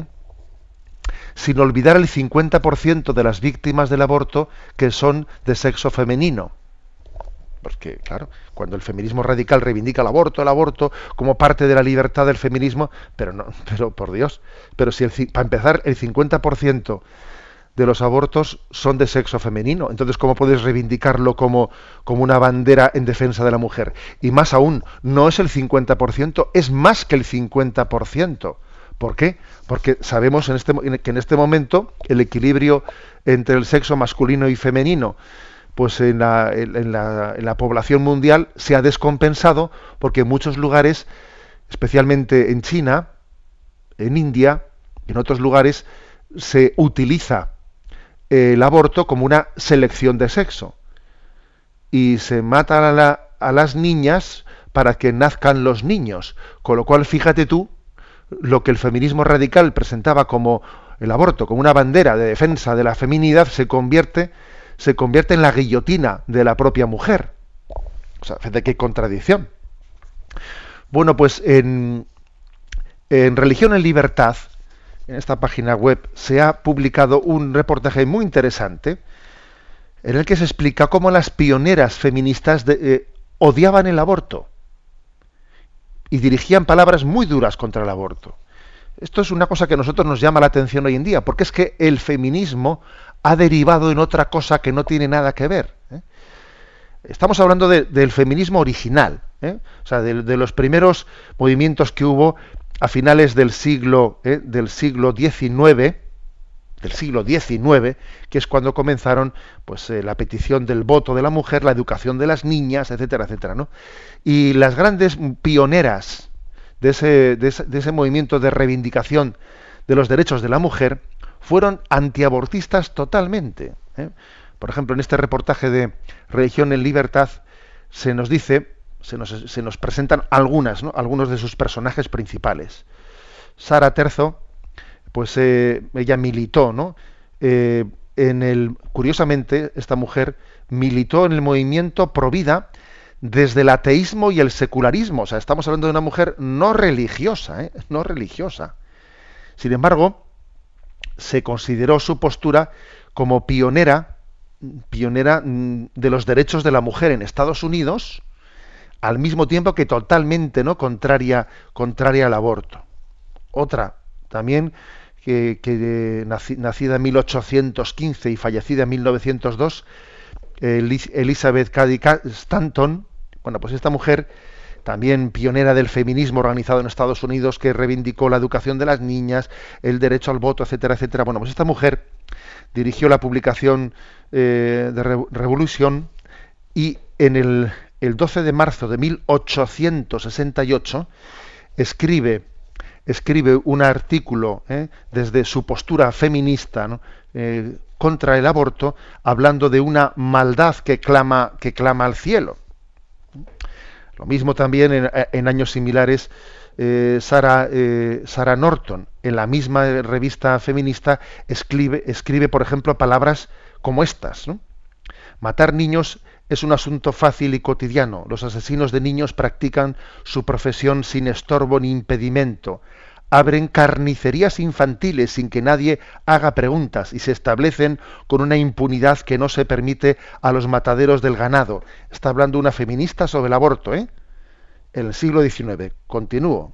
sin olvidar el cincuenta por ciento de las víctimas del aborto que son de sexo femenino. Porque, claro, cuando el feminismo radical reivindica el aborto, el aborto como parte de la libertad del feminismo, pero no, pero por Dios, pero si el, para empezar el cincuenta por ciento de los abortos son de sexo femenino, entonces ¿cómo puedes reivindicarlo como, como una bandera en defensa de la mujer? Y más aún, no es el cincuenta por ciento, es más que el cincuenta por ciento. ¿Por qué? Porque sabemos en este, que en este momento el equilibrio entre el sexo masculino y femenino, pues en la, en, la, en la población mundial se ha descompensado, porque en muchos lugares, especialmente en China, en India, en otros lugares, se utiliza el aborto como una selección de sexo. Y se matan a, la, a las niñas para que nazcan los niños. Con lo cual, fíjate tú, lo que el feminismo radical presentaba como el aborto, como una bandera de defensa de la feminidad, se convierte se convierte en la guillotina de la propia mujer. O sea, fíjate qué contradicción. Bueno, pues en, en Religión en Libertad, en esta página web, se ha publicado un reportaje muy interesante en el que se explica cómo las pioneras feministas de, eh, odiaban el aborto y dirigían palabras muy duras contra el aborto. Esto es una cosa que a nosotros nos llama la atención hoy en día, porque es que el feminismo ha derivado en otra cosa que no tiene nada que ver, ¿eh? Estamos hablando de, del feminismo original, ¿eh? O sea, de, de los primeros movimientos que hubo a finales del siglo, ¿eh? del siglo diecinueve, del siglo diecinueve, que es cuando comenzaron, pues, eh, la petición del voto de la mujer, la educación de las niñas, etcétera, etcétera, ¿no? Y las grandes pioneras de ese, de ese, de ese movimiento de reivindicación de los derechos de la mujer fueron antiabortistas totalmente, ¿eh? Por ejemplo, en este reportaje de Religión en Libertad se nos dice, se nos, se nos presentan algunas, ¿no?, algunos de sus personajes principales. Sara Terzo, pues eh, ella militó, ¿no?, eh, en el, curiosamente, esta mujer militó en el movimiento Provida desde el ateísmo y el secularismo. O sea, estamos hablando de una mujer no religiosa, ¿eh? no religiosa. Sin embargo, se consideró su postura como pionera, pionera de los derechos de la mujer en Estados Unidos, al mismo tiempo que totalmente, ¿no?, contraria, contraria al aborto. Otra, también, que, que naci, nacida en mil ochocientos quince y fallecida en mil novecientos dos, Elis, Elizabeth Cady Stanton. Bueno, pues esta mujer, también pionera del feminismo organizado en Estados Unidos, que reivindicó la educación de las niñas, el derecho al voto, etcétera, etcétera. Bueno, pues esta mujer dirigió la publicación eh, de Re Revolución, y en el, el doce de marzo de mil ochocientos sesenta y ocho escribe, escribe un artículo eh, desde su postura feminista, ¿no?, eh, contra el aborto, hablando de una maldad que clama, que clama al cielo. Lo mismo también en, en años similares, eh, Sarah, eh, Sarah Norton, en la misma revista feminista, escribe, escribe, por ejemplo, palabras como estas, ¿no? Matar niños es un asunto fácil y cotidiano. Los asesinos de niños practican su profesión sin estorbo ni impedimento. Abren carnicerías infantiles sin que nadie haga preguntas y se establecen con una impunidad que no se permite a los mataderos del ganado. Está hablando una feminista sobre el aborto, ¿eh? En el siglo diecinueve. Continúo.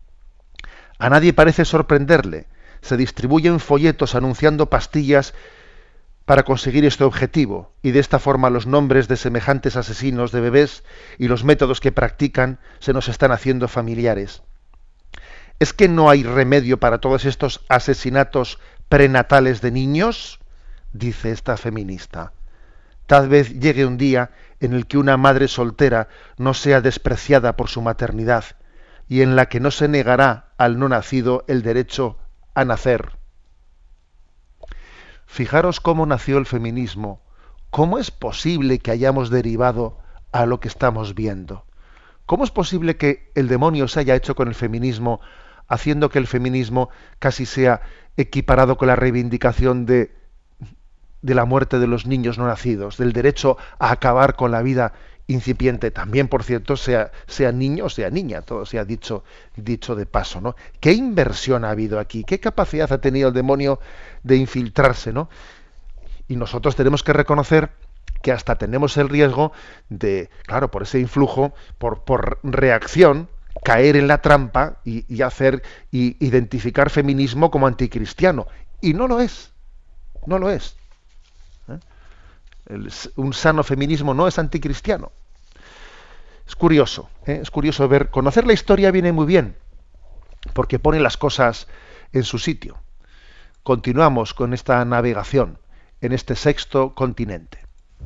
A nadie parece sorprenderle. Se distribuyen folletos anunciando pastillas para conseguir este objetivo, y de esta forma los nombres de semejantes asesinos de bebés y los métodos que practican se nos están haciendo familiares. ¿Es que no hay remedio para todos estos asesinatos prenatales de niños?, dice esta feminista. Tal vez llegue un día en el que una madre soltera no sea despreciada por su maternidad y en la que no se negará al no nacido el derecho a nacer. Fijaros cómo nació el feminismo. ¿Cómo es posible que hayamos derivado a lo que estamos viendo? ¿Cómo es posible que el demonio se haya hecho con el feminismo, haciendo que el feminismo casi sea equiparado con la reivindicación de, de la muerte de los niños no nacidos, del derecho a acabar con la vida incipiente, también, por cierto, sea, sea niño o sea niña, todo se ha dicho, dicho de paso, ¿no? ¿Qué inversión ha habido aquí? ¿Qué capacidad ha tenido el demonio de infiltrarse, ¿no? Y nosotros tenemos que reconocer que hasta tenemos el riesgo de, claro, por ese influjo, por, por reacción, caer en la trampa y, y hacer y identificar feminismo como anticristiano. Y no lo es, no lo es. ¿Eh? El, un sano feminismo no es anticristiano. Es curioso, ¿eh? es curioso ver, conocer la historia viene muy bien, porque pone las cosas en su sitio. Continuamos con esta navegación en este sexto continente.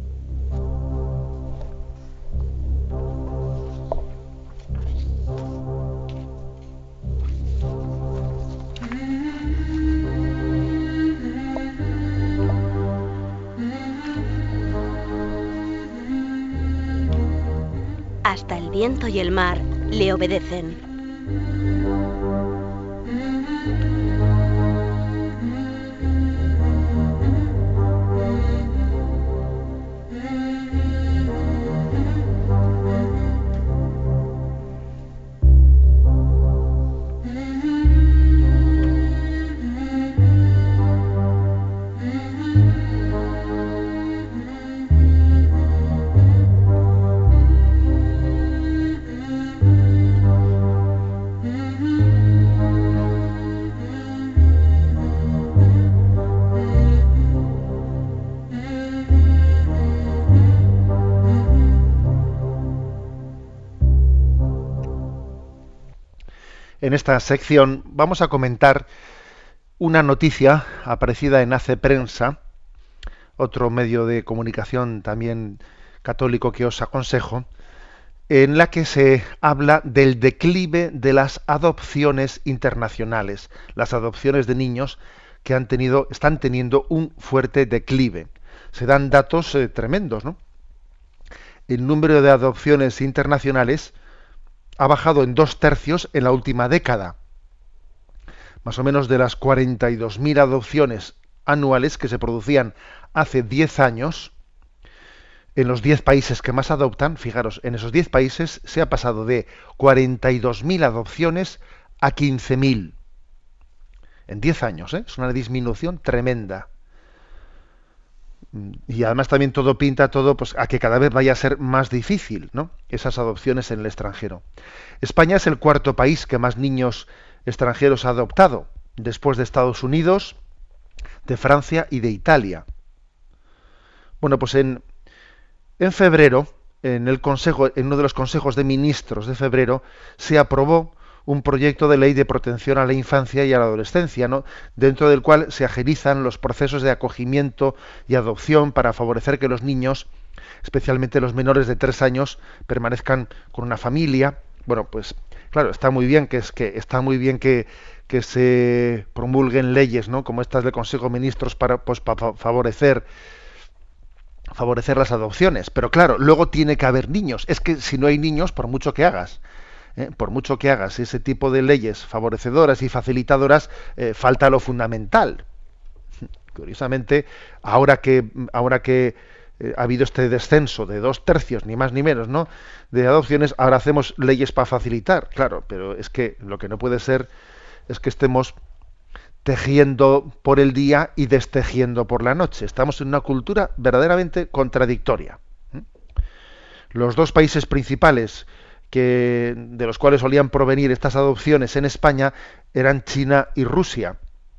Hasta el viento y el mar le obedecen. En esta sección vamos a comentar una noticia aparecida en Hace Prensa, otro medio de comunicación también católico que os aconsejo, en la que se habla del declive de las adopciones internacionales, las adopciones de niños que han tenido, están teniendo un fuerte declive. Se dan datos eh, tremendos, ¿no? El número de adopciones internacionales ha bajado en dos tercios en la última década. Más o menos de las cuarenta y dos mil adopciones anuales que se producían hace diez años, en los diez países que más adoptan, fijaros, en esos diez países se ha pasado de cuarenta y dos mil adopciones a quince mil. En diez años, ¿eh? Es una disminución tremenda. Y además también todo pinta todo pues a que cada vez vaya a ser más difícil, ¿no? Esas adopciones en el extranjero. España es el cuarto país que más niños extranjeros ha adoptado, después de Estados Unidos, de Francia y de Italia. Bueno, pues en, en febrero, en el consejo, en uno de los consejos de ministros de febrero, se aprobó un proyecto de ley de protección a la infancia y a la adolescencia, ¿no? Dentro del cual se agilizan los procesos de acogimiento y adopción para favorecer que los niños, especialmente los menores de tres años, permanezcan con una familia. Bueno, pues claro, está muy bien que es que está muy bien que, que se promulguen leyes, ¿no? Como estas del Consejo de Ministros para, pues, para favorecer favorecer las adopciones, pero claro, luego tiene que haber niños. Es que si no hay niños, por mucho que hagas, ¿eh? por mucho que hagas ese tipo de leyes favorecedoras y facilitadoras, eh, falta lo fundamental. Curiosamente, ahora que ahora que eh, ha habido este descenso de dos tercios, ni más ni menos, ¿no?, de adopciones, ahora hacemos leyes para facilitar, claro, pero es que lo que no puede ser es que estemos tejiendo por el día y destejiendo por la noche. Estamos en una cultura verdaderamente contradictoria. Los dos países principales que, de los cuales solían provenir estas adopciones en España eran China y Rusia.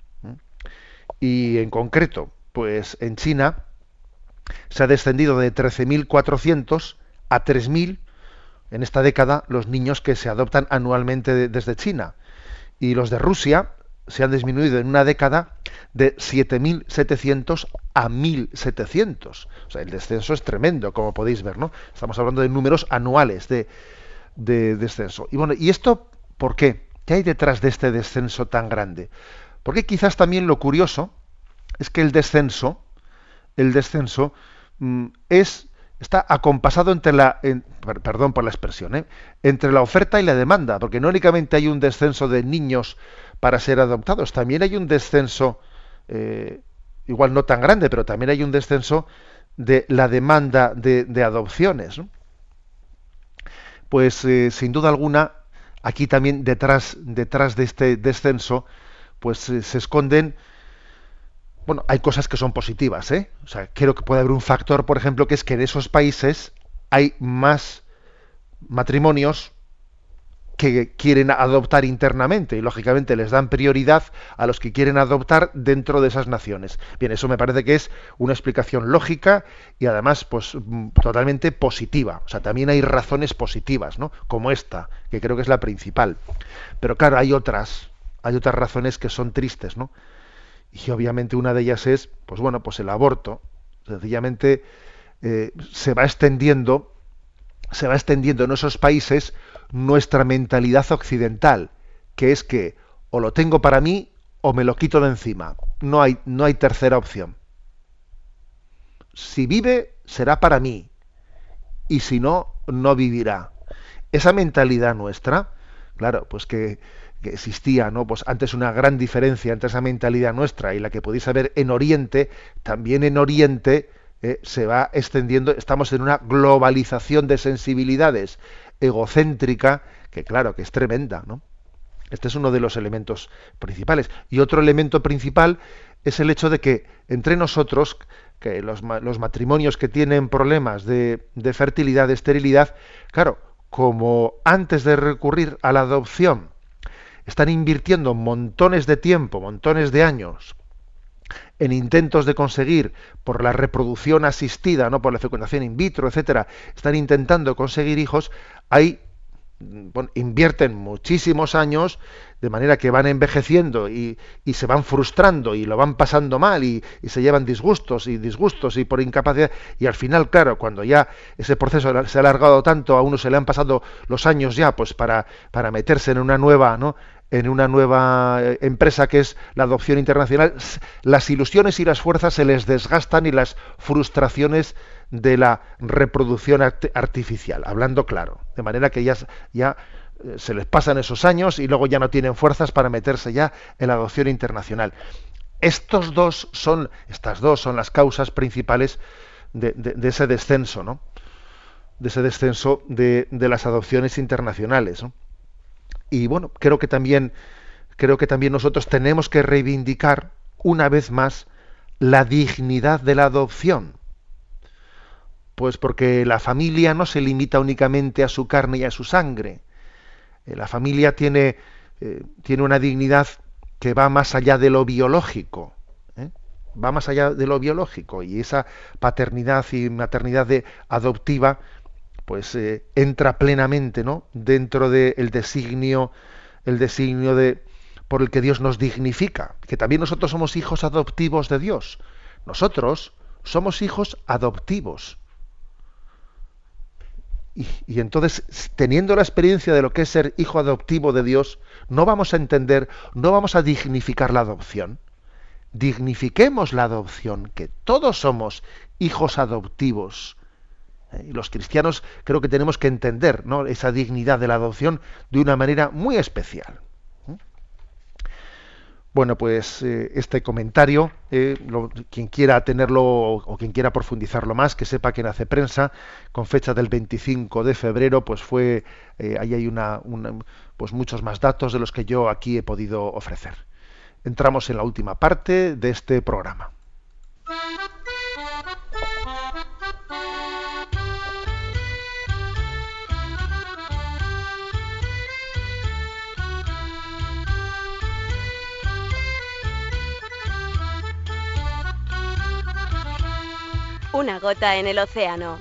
Y en concreto, pues en China se ha descendido de trece mil cuatrocientos a tres mil en esta década los niños que se adoptan anualmente de, desde China. Y los de Rusia se han disminuido en una década de siete mil setecientos a mil setecientos. O sea, el descenso es tremendo, como podéis ver, ¿no? Estamos hablando de números anuales de, de descenso. Y bueno, ¿y esto por qué? ¿Qué hay detrás de este descenso tan grande? Porque quizás también lo curioso es que el descenso, el descenso mm, es está acompasado entre la, en- per- perdón por la expresión, ¿eh? entre la oferta y la demanda, porque no únicamente hay un descenso de niños para ser adoptados, también hay un descenso, eh, igual no tan grande, pero también hay un descenso de la demanda de, de adopciones, ¿no? Pues eh, sin duda alguna, aquí también detrás, detrás de este descenso, pues eh, se esconden, bueno, hay cosas que son positivas, ¿eh? O sea, creo que puede haber un factor, por ejemplo, que es que en esos países hay más matrimonios que quieren adoptar internamente y lógicamente les dan prioridad a los que quieren adoptar dentro de esas naciones. Bien, eso me parece que es una explicación lógica y además pues mm, totalmente positiva. O sea, también hay razones positivas, ¿no? Como esta, que creo que es la principal. Pero claro, hay otras, hay otras razones que son tristes, ¿no? Y obviamente una de ellas es, pues bueno, pues el aborto. Sencillamente eh, se va extendiendo, se va extendiendo en esos países nuestra mentalidad occidental, que es que o lo tengo para mí o me lo quito de encima. No hay, no hay tercera opción. Si vive, será para mí, y si no, no vivirá. Esa mentalidad nuestra, claro, pues que, que existía, ¿no? Pues antes una gran diferencia entre esa mentalidad nuestra y la que podéis saber en Oriente, también en Oriente eh, se va extendiendo, estamos en una globalización de sensibilidades egocéntrica, que claro, que es tremenda, ¿no? Este es uno de los elementos principales. Y otro elemento principal es el hecho de que entre nosotros, que los, ma- los matrimonios que tienen problemas de, de fertilidad, de esterilidad, claro, como antes de recurrir a la adopción, están invirtiendo montones de tiempo, montones de años, en intentos de conseguir por la reproducción asistida, no por la fecundación in vitro, etcétera, están intentando conseguir hijos, hay bueno, invierten muchísimos años, de manera que van envejeciendo y, y se van frustrando y lo van pasando mal y, y se llevan disgustos y disgustos y por incapacidad, y al final, claro, cuando ya ese proceso se ha alargado tanto, a uno se le han pasado los años ya pues para, para meterse en una nueva, ¿no? en una nueva eh, empresa que es la adopción internacional, s- las ilusiones y las fuerzas se les desgastan y las frustraciones de la reproducción art- artificial, hablando claro, de manera que ya, s- ya eh, se les pasan esos años y luego ya no tienen fuerzas para meterse ya en la adopción internacional. Estos dos son, estas dos son las causas principales de, de- de ese descenso, ¿no? De ese descenso de, de las adopciones internacionales, ¿no? Y bueno, creo que también creo que también nosotros tenemos que reivindicar una vez más la dignidad de la adopción. Pues porque la familia no se limita únicamente a su carne y a su sangre. Eh, La familia tiene, eh, tiene una dignidad que va más allá de lo biológico. ¿eh? Va más allá de lo biológico. Y esa paternidad y maternidad de, adoptiva pues eh, entra plenamente, ¿no? dentro del designio, el designio de, por el que Dios nos dignifica. Que también nosotros somos hijos adoptivos de Dios. Nosotros somos hijos adoptivos. Y, y entonces, teniendo la experiencia de lo que es ser hijo adoptivo de Dios, no vamos a entender, no vamos a dignificar la adopción. Dignifiquemos la adopción, que todos somos hijos adoptivos. ¿eh? Y los cristianos creo que tenemos que entender, ¿no? esa dignidad de la adopción de una manera muy especial. Bueno, pues eh, este comentario, eh, lo- quien quiera tenerlo o, o quien quiera profundizarlo más, que sepa que en Hace Prensa, con fecha del veinticinco de febrero, pues fue, eh, ahí hay una, una- pues muchos más datos de los que yo aquí he podido ofrecer. Entramos en la última parte de este programa. Una gota en el océano.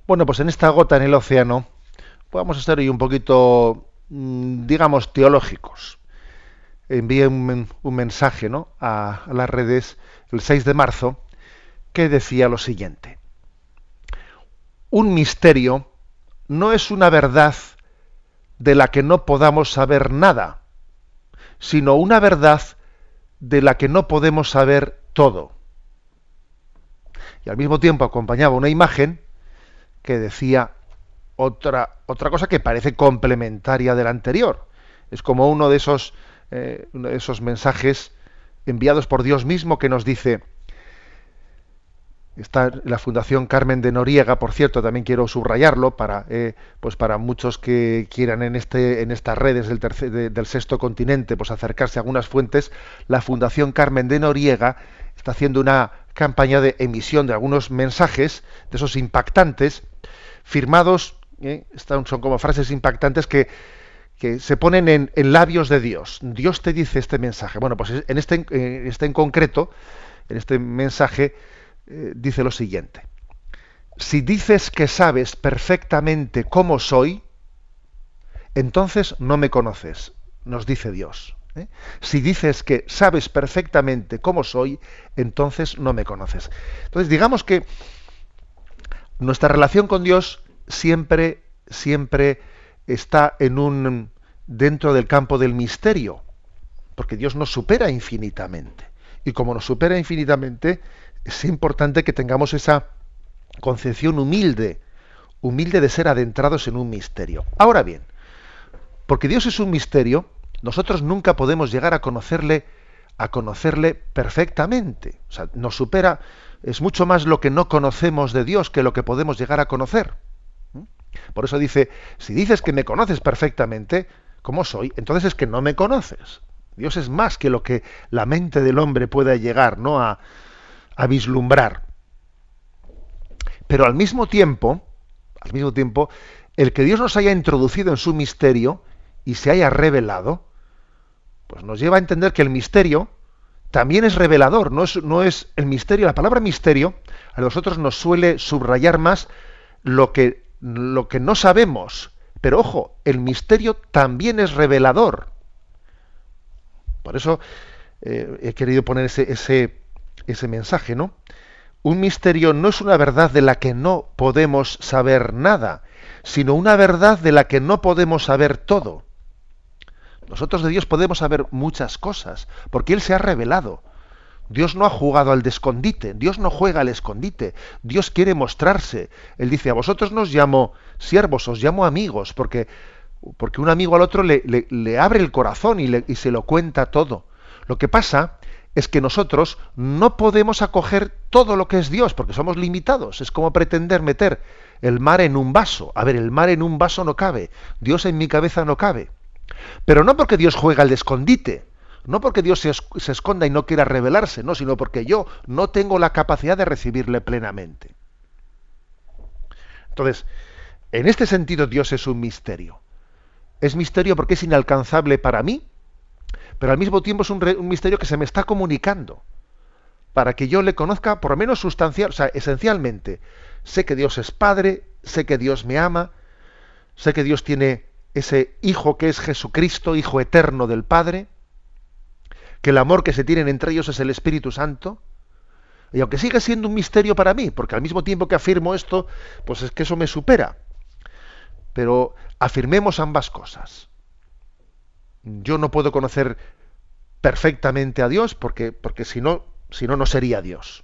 Bueno, pues en esta gota en el océano vamos a estar hoy un poquito, mmm, digamos, teológicos. Envié un, un mensaje, ¿no?, a, a las redes el seis de marzo que decía lo siguiente: un misterio no es una verdad de la que no podamos saber nada, sino una verdad de la que no podemos saber todo. Y al mismo tiempo acompañaba una imagen que decía otra, otra cosa que parece complementaria de la anterior. Es como uno de esos, eh, uno de esos mensajes enviados por Dios mismo que nos dice, está la Fundación Carmen de Noriega, por cierto, también quiero subrayarlo para, eh, pues para muchos que quieran en este, en estas redes del, tercer, de, del Sexto Continente, pues acercarse a algunas fuentes. La Fundación Carmen de Noriega está haciendo una campaña de emisión de algunos mensajes, de esos impactantes, firmados, eh, están, son como frases impactantes que, que se ponen en, en labios de Dios. Dios te dice este mensaje. Bueno, pues en este, en este en concreto, en este mensaje, eh, dice lo siguiente: si dices que sabes perfectamente cómo soy, entonces no me conoces, nos dice Dios. ¿eh? Si dices que sabes perfectamente cómo soy, entonces no me conoces. Entonces, digamos que nuestra relación con Dios siempre, siempre está en un, dentro del campo del misterio, porque Dios nos supera infinitamente. Y como nos supera infinitamente, es importante que tengamos esa concepción humilde, humilde de ser adentrados en un misterio. Ahora bien, porque Dios es un misterio, nosotros nunca podemos llegar a conocerle, a conocerle perfectamente. O sea, nos supera, es mucho más lo que no conocemos de Dios que lo que podemos llegar a conocer. Por eso dice, si dices que me conoces perfectamente, ¿cómo soy? Entonces es que no me conoces. Dios es más que lo que la mente del hombre pueda llegar, ¿no?, a, a vislumbrar. Pero al mismo tiempo, al mismo tiempo, el que Dios nos haya introducido en su misterio y se haya revelado, pues nos lleva a entender que el misterio también es revelador, no es, no es el misterio. La palabra misterio a nosotros nos suele subrayar más lo que, lo que no sabemos. Pero ojo, el misterio también es revelador. Por eso eh, he querido poner ese, ese, ese mensaje, ¿no? Un misterio no es una verdad de la que no podemos saber nada, sino una verdad de la que no podemos saber todo. Nosotros de Dios podemos saber muchas cosas, porque Él se ha revelado. Dios no ha jugado al de escondite, Dios no juega al escondite, Dios quiere mostrarse. Él dice, a vosotros no os llamo siervos, os llamo amigos, porque, porque un amigo al otro le, le, le abre el corazón y, le, y se lo cuenta todo. Lo que pasa es que nosotros no podemos acoger todo lo que es Dios, porque somos limitados. Es como pretender meter el mar en un vaso. A ver, el mar en un vaso no cabe, Dios en mi cabeza no cabe. Pero no porque Dios juega al escondite, no porque Dios se, se esconda y no quiera revelarse, no, sino porque yo no tengo la capacidad de recibirle plenamente. Entonces, en este sentido Dios es un misterio. Es misterio porque es inalcanzable para mí, pero al mismo tiempo es un, re, un misterio que se me está comunicando para que yo le conozca por lo menos sustancial, o sea, esencialmente. Sé que Dios es Padre, sé que Dios me ama, sé que Dios tiene ese Hijo que es Jesucristo, Hijo eterno del Padre, que el amor que se tienen entre ellos es el Espíritu Santo, y aunque sigue siendo un misterio para mí, porque al mismo tiempo que afirmo esto, pues es que eso me supera, pero afirmemos ambas cosas. Yo no puedo conocer perfectamente a Dios, porque, porque si no, si no, no sería Dios.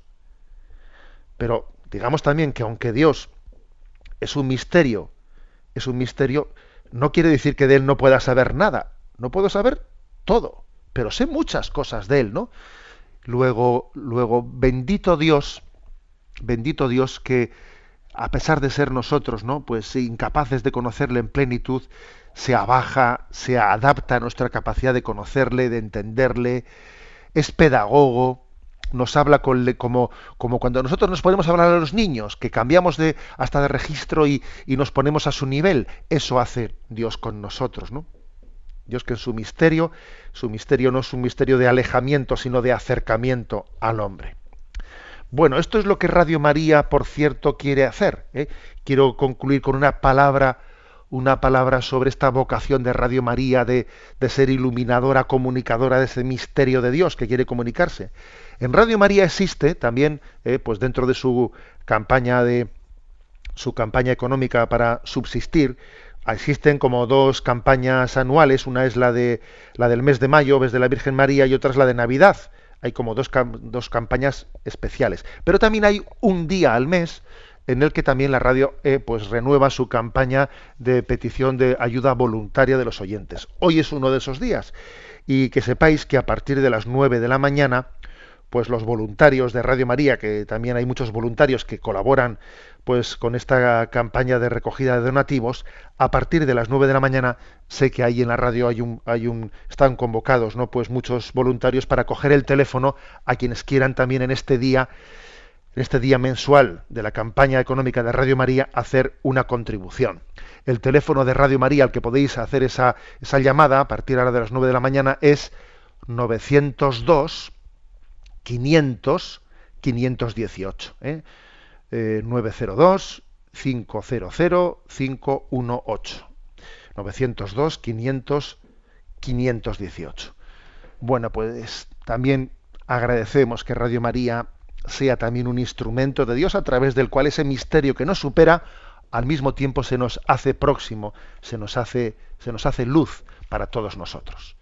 Pero digamos también que aunque Dios es un misterio, es un misterio, no quiere decir que de Él no pueda saber nada. No puedo saber todo, pero sé muchas cosas de Él, ¿no? Luego, luego, bendito Dios, bendito Dios que, a pesar de ser nosotros, ¿no?, pues incapaces de conocerle en plenitud, se abaja, se adapta a nuestra capacidad de conocerle, de entenderle, es pedagogo, nos habla con le, como, como cuando nosotros nos podemos hablar a los niños, que cambiamos de hasta de registro y, y nos ponemos a su nivel. Eso hace Dios con nosotros, ¿no? Dios que en su misterio, su misterio no es un misterio de alejamiento, sino de acercamiento al hombre. Bueno, esto es lo que Radio María, por cierto, quiere hacer, ¿eh? Quiero concluir con una palabra, una palabra sobre esta vocación de Radio María de, de ser iluminadora, comunicadora de ese misterio de Dios que quiere comunicarse. En Radio María existe también, eh, pues dentro de su campaña de su campaña económica para subsistir, existen como dos campañas anuales. Una es la de la del mes de mayo, mes de la Virgen María, y otra es la de Navidad. Hay como dos, dos campañas especiales. Pero también hay un día al mes en el que también la radio eh, pues renueva su campaña de petición de ayuda voluntaria de los oyentes. Hoy es uno de esos días. Y que sepáis que a partir de las nueve de la mañana, pues los voluntarios de Radio María, que también hay muchos voluntarios que colaboran pues con esta campaña de recogida de donativos, a partir de las nueve de la mañana sé que ahí en la radio hay un, hay un, están convocados, ¿no? Pues muchos voluntarios para coger el teléfono a quienes quieran también en este día, en este día mensual de la campaña económica de Radio María, hacer una contribución. El teléfono de Radio María al que podéis hacer esa, esa llamada a partir ahora de las nueve de la mañana es novecientos dos quinientos quinientos dieciocho, ¿eh? Eh, nueve cero dos cinco cero cero cinco uno ocho, novecientos dos quinientos quinientos dieciocho. Bueno, pues también agradecemos que Radio María sea también un instrumento de Dios a través del cual ese misterio que nos supera al mismo tiempo se nos hace próximo, se nos hace, se nos hace luz para todos nosotros.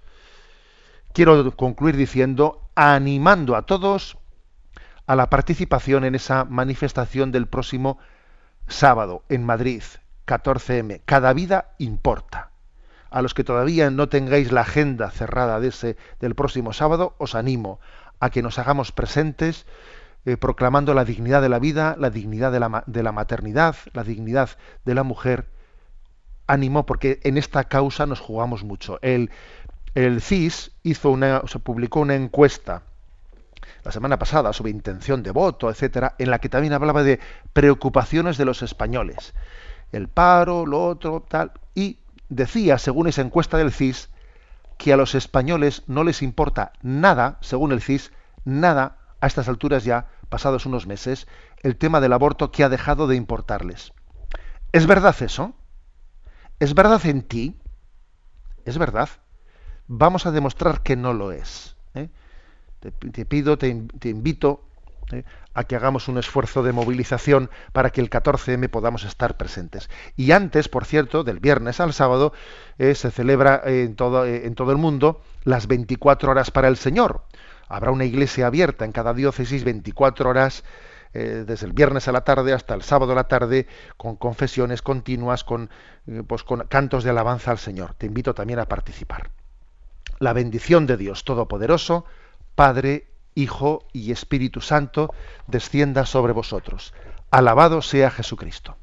Quiero concluir diciendo, animando a todos a la participación en esa manifestación del próximo sábado en Madrid, catorce eme. Cada vida importa. A los que todavía no tengáis la agenda cerrada de ese, del próximo sábado, os animo a que nos hagamos presentes eh, proclamando la dignidad de la vida, la dignidad de la, de la maternidad, la dignidad de la mujer. Ánimo, porque en esta causa nos jugamos mucho. El, el C I S hizo una, se publicó una encuesta la semana pasada sobre intención de voto, etcétera, en la que también hablaba de preocupaciones de los españoles, el paro, lo otro, tal, y decía, según esa encuesta del C I S, que a los españoles no les importa nada, según el C I S, nada, a estas alturas ya, pasados unos meses, el tema del aborto, que ha dejado de importarles. ¿Es verdad eso? ¿Es verdad en ti? ¿Es verdad? Vamos a demostrar que no lo es. ¿eh? Te, te pido, te, te invito ¿eh? a que hagamos un esfuerzo de movilización para que el catorce eme podamos estar presentes. Y antes, por cierto, del viernes al sábado, eh, se celebra eh, en, todo, eh, en todo el mundo las veinticuatro horas para el Señor. Habrá una iglesia abierta en cada diócesis veinticuatro horas, eh, desde el viernes a la tarde hasta el sábado a la tarde, con confesiones continuas, con, eh, pues, con cantos de alabanza al Señor. Te invito también a participar. La bendición de Dios Todopoderoso, Padre, Hijo y Espíritu Santo, descienda sobre vosotros. Alabado sea Jesucristo.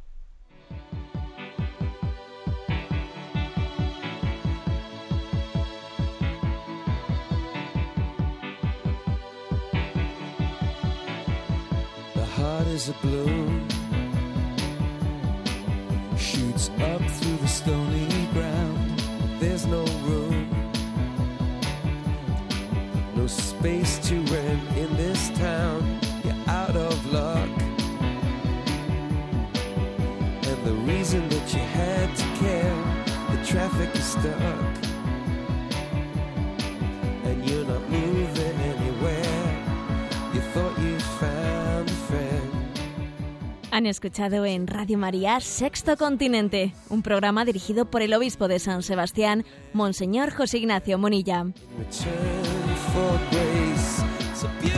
The heart is a balloon, shoots up through the stony ground. There's no room, no space to rent in this town. You're out of luck, and the reason that you had to care, the traffic is stuck, and you're not moving anywhere. You thought you found a friend. Han escuchado en Radio María Sexto Continente, un programa dirigido por el obispo de San Sebastián, Monseñor José Ignacio Munilla. Return for grace. So